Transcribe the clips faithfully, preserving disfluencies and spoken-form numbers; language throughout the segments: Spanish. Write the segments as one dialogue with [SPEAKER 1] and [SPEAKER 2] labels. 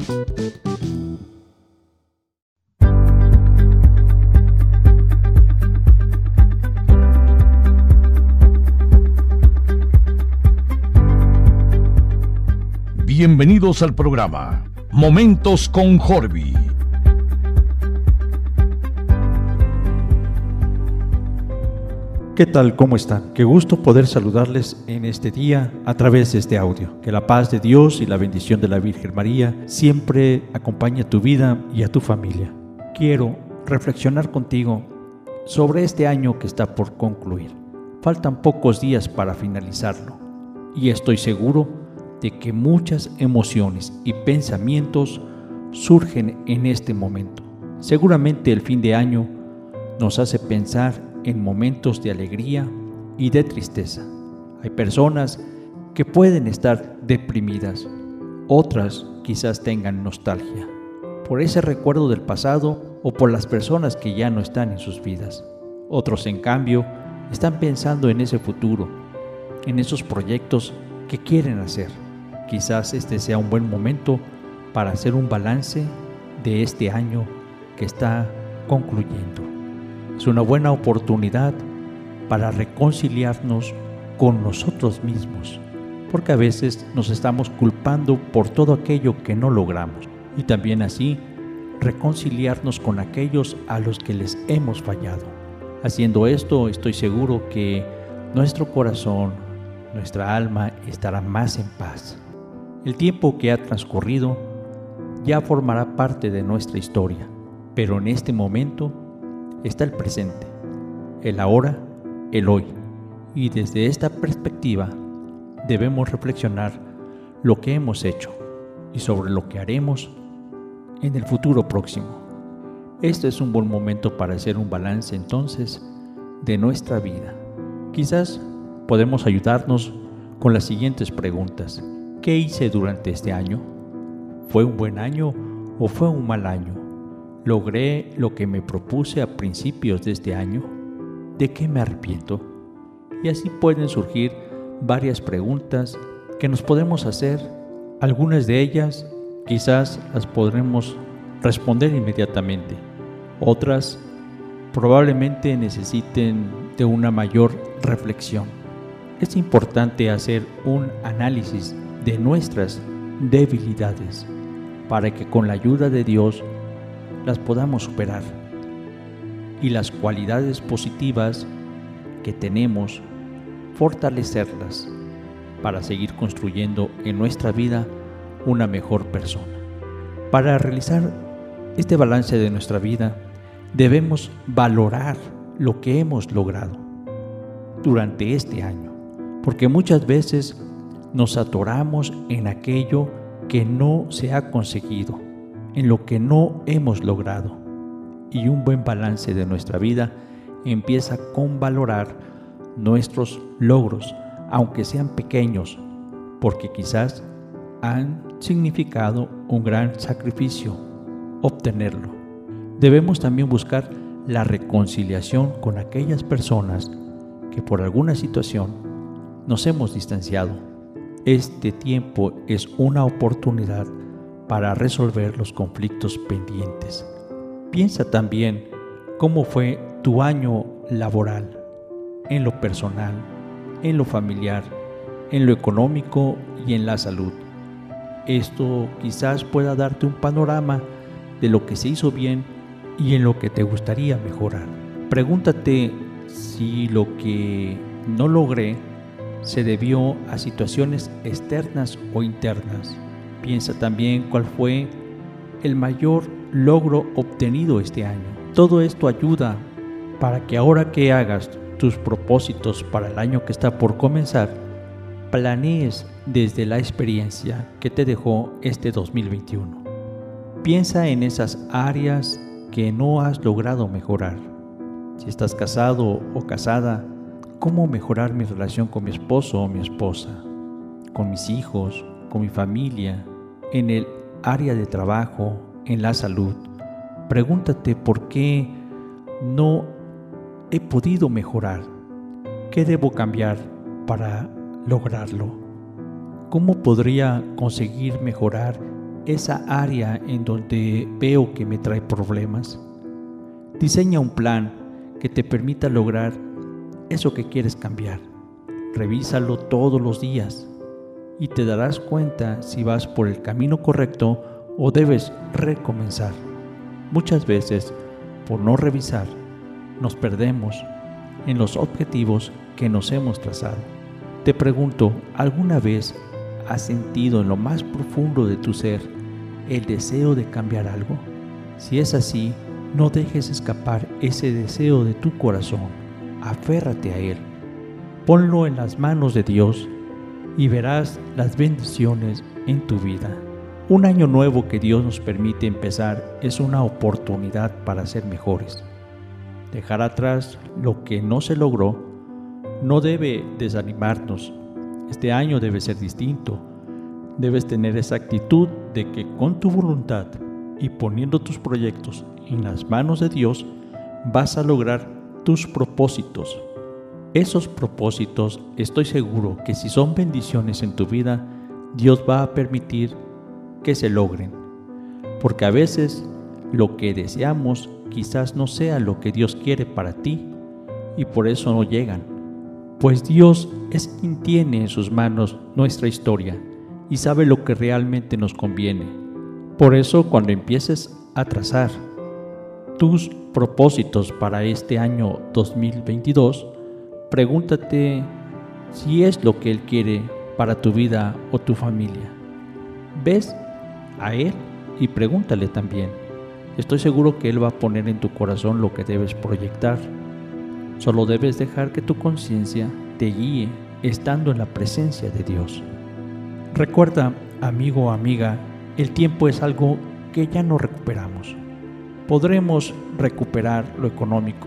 [SPEAKER 1] Bienvenidos al programa Momentos con Jorvi.
[SPEAKER 2] ¿Qué tal? ¿Cómo están? Qué gusto poder saludarles en este día a través de este audio. Que la paz de Dios y la bendición de la Virgen María siempre acompañe a tu vida y a tu familia. Quiero reflexionar contigo sobre este año que está por concluir. Faltan pocos días para finalizarlo y estoy seguro de que muchas emociones y pensamientos surgen en este momento. Seguramente el fin de año nos hace pensar en momentos de alegría y de tristeza. Hay personas que pueden estar deprimidas, otras quizás tengan nostalgia por ese recuerdo del pasado o por las personas que ya no están en sus vidas. Otros, en cambio, están pensando en ese futuro, en esos proyectos que quieren hacer. Quizás este sea un buen momento para hacer un balance de este año que está concluyendo. Es una buena oportunidad para reconciliarnos con nosotros mismos, porque a veces nos estamos culpando por todo aquello que no logramos, y también así reconciliarnos con aquellos a los que les hemos fallado. Haciendo esto, estoy seguro que nuestro corazón, nuestra alma estará más en paz. El tiempo que ha transcurrido ya formará parte de nuestra historia, pero en este momento está el presente, el ahora, el hoy, y desde esta perspectiva debemos reflexionar lo que hemos hecho y sobre lo que haremos en el futuro próximo. Este es un buen momento para hacer un balance entonces de nuestra vida. Quizás podemos ayudarnos con las siguientes preguntas. ¿Qué hice durante este año? ¿Fue un buen año o fue un mal año? ¿Logré lo que me propuse a principios de este año? ¿De qué me arrepiento? Y así pueden surgir varias preguntas que nos podemos hacer. Algunas de ellas quizás las podremos responder inmediatamente. Otras probablemente necesiten de una mayor reflexión. Es importante hacer un análisis de nuestras debilidades para que con la ayuda de Dios las podamos superar, y las cualidades positivas que tenemos, fortalecerlas para seguir construyendo en nuestra vida una mejor persona. Para realizar este balance de nuestra vida, debemos valorar lo que hemos logrado durante este año, porque muchas veces nos atoramos en aquello que no se ha conseguido, en lo que no hemos logrado. Y un buen balance de nuestra vida empieza con valorar nuestros logros, aunque sean pequeños, porque quizás han significado un gran sacrificio obtenerlo. Debemos también buscar la reconciliación con aquellas personas que por alguna situación nos hemos distanciado. Este tiempo es una oportunidad para resolver los conflictos pendientes. Piensa también cómo fue tu año laboral, en lo personal, en lo familiar, en lo económico y en la salud. Esto quizás pueda darte un panorama de lo que se hizo bien y en lo que te gustaría mejorar. Pregúntate si lo que no logré se debió a situaciones externas o internas. Piensa también cuál fue el mayor logro obtenido este año. Todo esto ayuda para que ahora que hagas tus propósitos para el año que está por comenzar, planees desde la experiencia que te dejó este dos mil veintiuno. Piensa en esas áreas que no has logrado mejorar. Si estás casado o casada, ¿cómo mejorar mi relación con mi esposo o mi esposa? Con mis hijos, con mi familia, en el área de trabajo, en la salud. Pregúntate por qué no he podido mejorar. ¿Qué debo cambiar para lograrlo? ¿Cómo podría conseguir mejorar esa área en donde veo que me trae problemas. Diseña un plan que te permita lograr eso que quieres cambiar. Revísalo todos los días y te darás cuenta si vas por el camino correcto o debes recomenzar. Muchas veces, por no revisar, nos perdemos en los objetivos que nos hemos trazado. Te pregunto, ¿alguna vez has sentido en lo más profundo de tu ser el deseo de cambiar algo? Si es así, no dejes escapar ese deseo de tu corazón. Aférrate a él. Ponlo en las manos de Dios y verás las bendiciones en tu vida. Un año nuevo que Dios nos permite empezar es una oportunidad para ser mejores. Dejar atrás lo que no se logró no debe desanimarnos. Este año debe ser distinto. Debes tener esa actitud de que con tu voluntad y poniendo tus proyectos en las manos de Dios, vas a lograr tus propósitos. Esos propósitos, estoy seguro que si son bendiciones en tu vida, Dios va a permitir que se logren. Porque a veces lo que deseamos quizás no sea lo que Dios quiere para ti y por eso no llegan. Pues Dios es quien tiene en sus manos nuestra historia y sabe lo que realmente nos conviene. Por eso, cuando empieces a trazar tus propósitos para este año dos mil veintidós, pregúntate si es lo que Él quiere para tu vida o tu familia. Ves a Él y pregúntale también. Estoy seguro que Él va a poner en tu corazón lo que debes proyectar. Solo debes dejar que tu conciencia te guíe estando en la presencia de Dios. Recuerda, amigo o amiga, el tiempo es algo que ya no recuperamos. Podremos recuperar lo económico,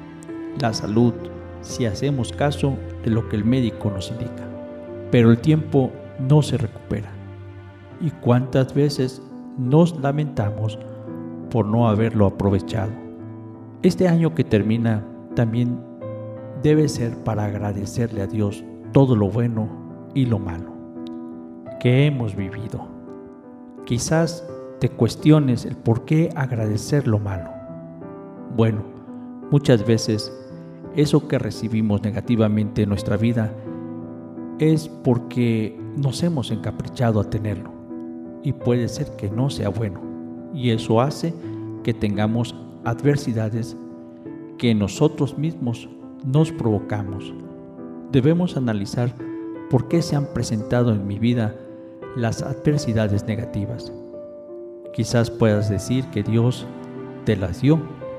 [SPEAKER 2] la salud, si hacemos caso de lo que el médico nos indica. Pero el tiempo no se recupera. ¿Y cuántas veces nos lamentamos por no haberlo aprovechado? Este año que termina también debe ser para agradecerle a Dios todo lo bueno y lo malo que hemos vivido. Quizás te cuestiones el por qué agradecer lo malo. Bueno, muchas veces eso que recibimos negativamente en nuestra vida es porque nos hemos encaprichado a tenerlo y puede ser que no sea bueno, y eso hace que tengamos adversidades que nosotros mismos nos provocamos. Debemos analizar por qué se han presentado en mi vida las adversidades negativas. Quizás puedas decir que Dios te las dio.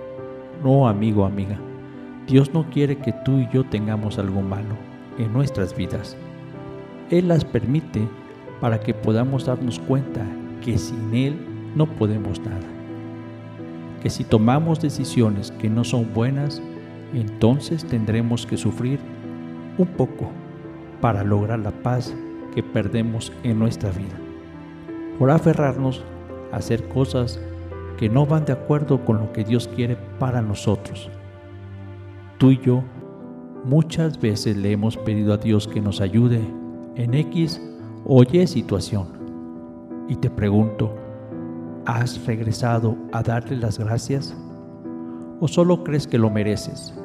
[SPEAKER 2] No, amigo o amiga, Dios no quiere que tú y yo tengamos algo malo en nuestras vidas. Él las permite para que podamos darnos cuenta que sin Él no podemos nada. Que si tomamos decisiones que no son buenas, entonces tendremos que sufrir un poco para lograr la paz que perdemos en nuestra vida, por aferrarnos a hacer cosas que no van de acuerdo con lo que Dios quiere para nosotros. Tú y yo muchas veces le hemos pedido a Dios que nos ayude en X o Y situación. Y te pregunto, ¿has regresado a darle las gracias? ¿O solo crees que lo mereces?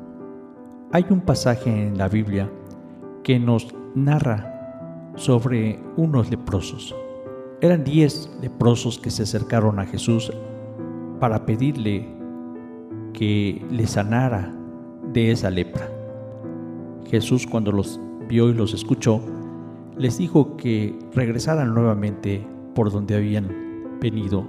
[SPEAKER 2] Hay un pasaje en la Biblia que nos narra sobre unos leprosos. Eran diez leprosos que se acercaron a Jesús para pedirle que le sanara de esa lepra. Jesús, cuando los vio y los escuchó, les dijo que regresaran nuevamente por donde habían venido.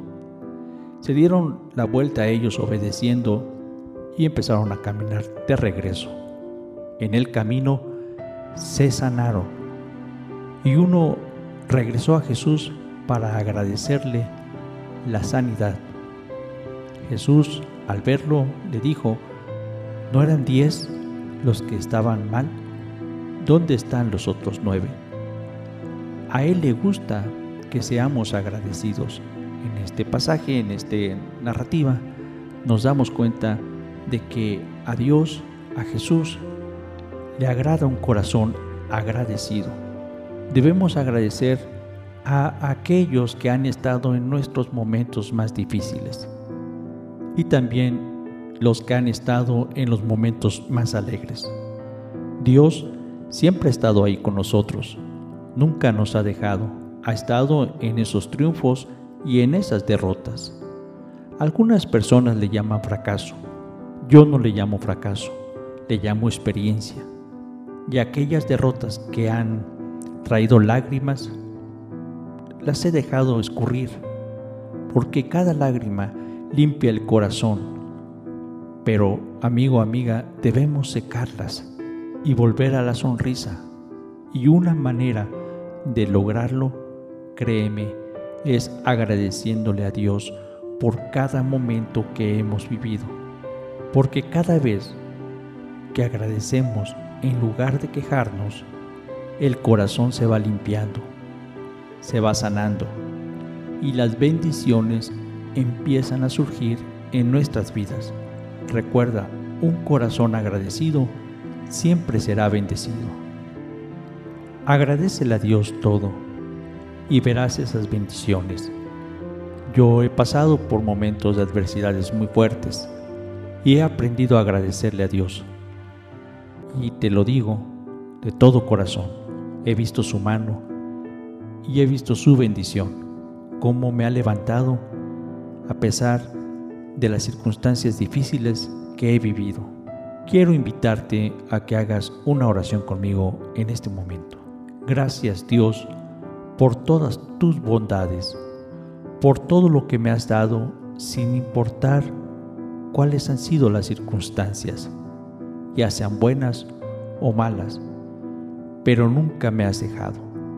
[SPEAKER 2] Se dieron la vuelta a ellos obedeciendo y empezaron a caminar de regreso. En el camino se sanaron y uno regresó a Jesús para agradecerle la sanidad. Jesús, al verlo, le dijo: ¿no eran diez los que estaban mal? ¿Dónde están los otros nueve? A Él le gusta que seamos agradecidos. En este pasaje, en esta narrativa, nos damos cuenta de que a Dios, a Jesús, le agrada un corazón agradecido. Debemos agradecer a aquellos que han estado en nuestros momentos más difíciles y también los que han estado en los momentos más alegres. Dios siempre ha estado ahí con nosotros, nunca nos ha dejado, ha estado en esos triunfos y en esas derrotas. Algunas personas le llaman fracaso, yo no le llamo fracaso, le llamo experiencia. Y aquellas derrotas que han traído lágrimas, las he dejado escurrir, porque cada lágrima limpia el corazón. Pero, amigo, amiga, debemos secarlas y volver a la sonrisa. Y una manera de lograrlo, créeme, es agradeciéndole a Dios por cada momento que hemos vivido. Porque cada vez que agradecemos, en lugar de quejarnos, el corazón se va limpiando, se va sanando y las bendiciones empiezan a surgir en nuestras vidas. Recuerda, un corazón agradecido siempre será bendecido. Agradécele a Dios todo y verás esas bendiciones. Yo he pasado por momentos de adversidades muy fuertes y he aprendido a agradecerle a Dios. Y te lo digo de todo corazón, he visto su mano y he visto su bendición, cómo me ha levantado a pesar de las circunstancias difíciles que he vivido. Quiero invitarte a que hagas una oración conmigo en este momento. Gracias, Dios, por todas tus bondades, por todo lo que me has dado, sin importar cuáles han sido las circunstancias, ya sean buenas o malas, pero nunca me has dejado.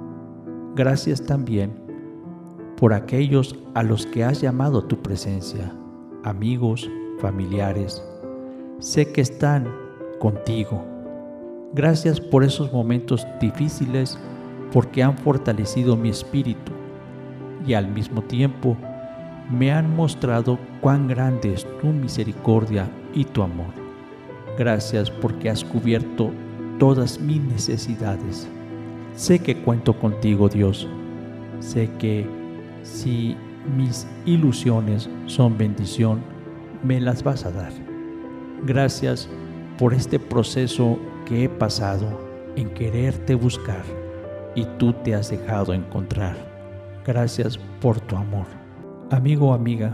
[SPEAKER 2] Gracias también por aquellos a los que has llamado a tu presencia, amigos, familiares. Sé que están contigo. Gracias por esos momentos difíciles, porque han fortalecido mi espíritu y al mismo tiempo me han mostrado cuán grande es tu misericordia y tu amor. Gracias porque has cubierto todas mis necesidades. Sé que cuento contigo, Dios. Sé que si mis ilusiones son bendición, me las vas a dar. Gracias por este proceso que he pasado en quererte buscar y tú te has dejado encontrar. Gracias por tu amor. Amigo o amiga,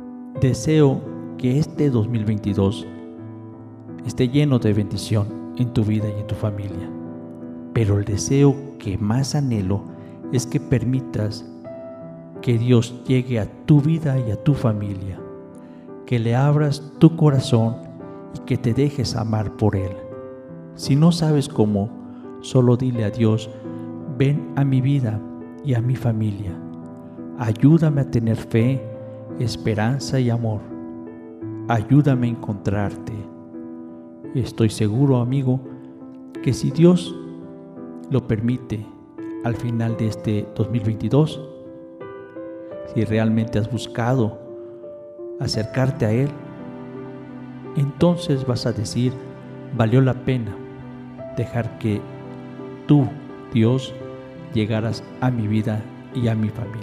[SPEAKER 2] deseo que este dos mil veintidós esté lleno de bendición en tu vida y en tu familia. Pero el deseo que más anhelo es que permitas que Dios llegue a tu vida y a tu familia, que le abras tu corazón y que te dejes amar por Él. Si no sabes cómo, solo dile a Dios: ven a mi vida y a mi familia. Ayúdame a tener fe, esperanza y amor. Ayúdame a encontrarte. Estoy seguro, amigo, que si Dios lo permite, al final de este dos mil veintidós, si realmente has buscado acercarte a Él, entonces vas a decir: valió la pena dejar que tú, Dios, llegaras a mi vida y a mi familia.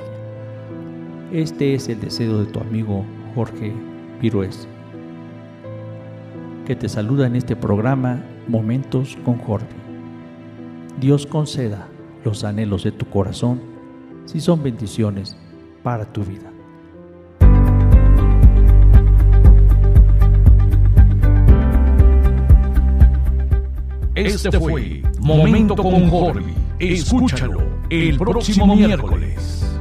[SPEAKER 2] Este es el deseo de tu amigo Jorge Virués, que te saluda en este programa Momentos con Jorge. Dios conceda los anhelos de tu corazón si son bendiciones para tu vida.
[SPEAKER 1] Este fue Momento con Jorge. Escúchalo el próximo miércoles.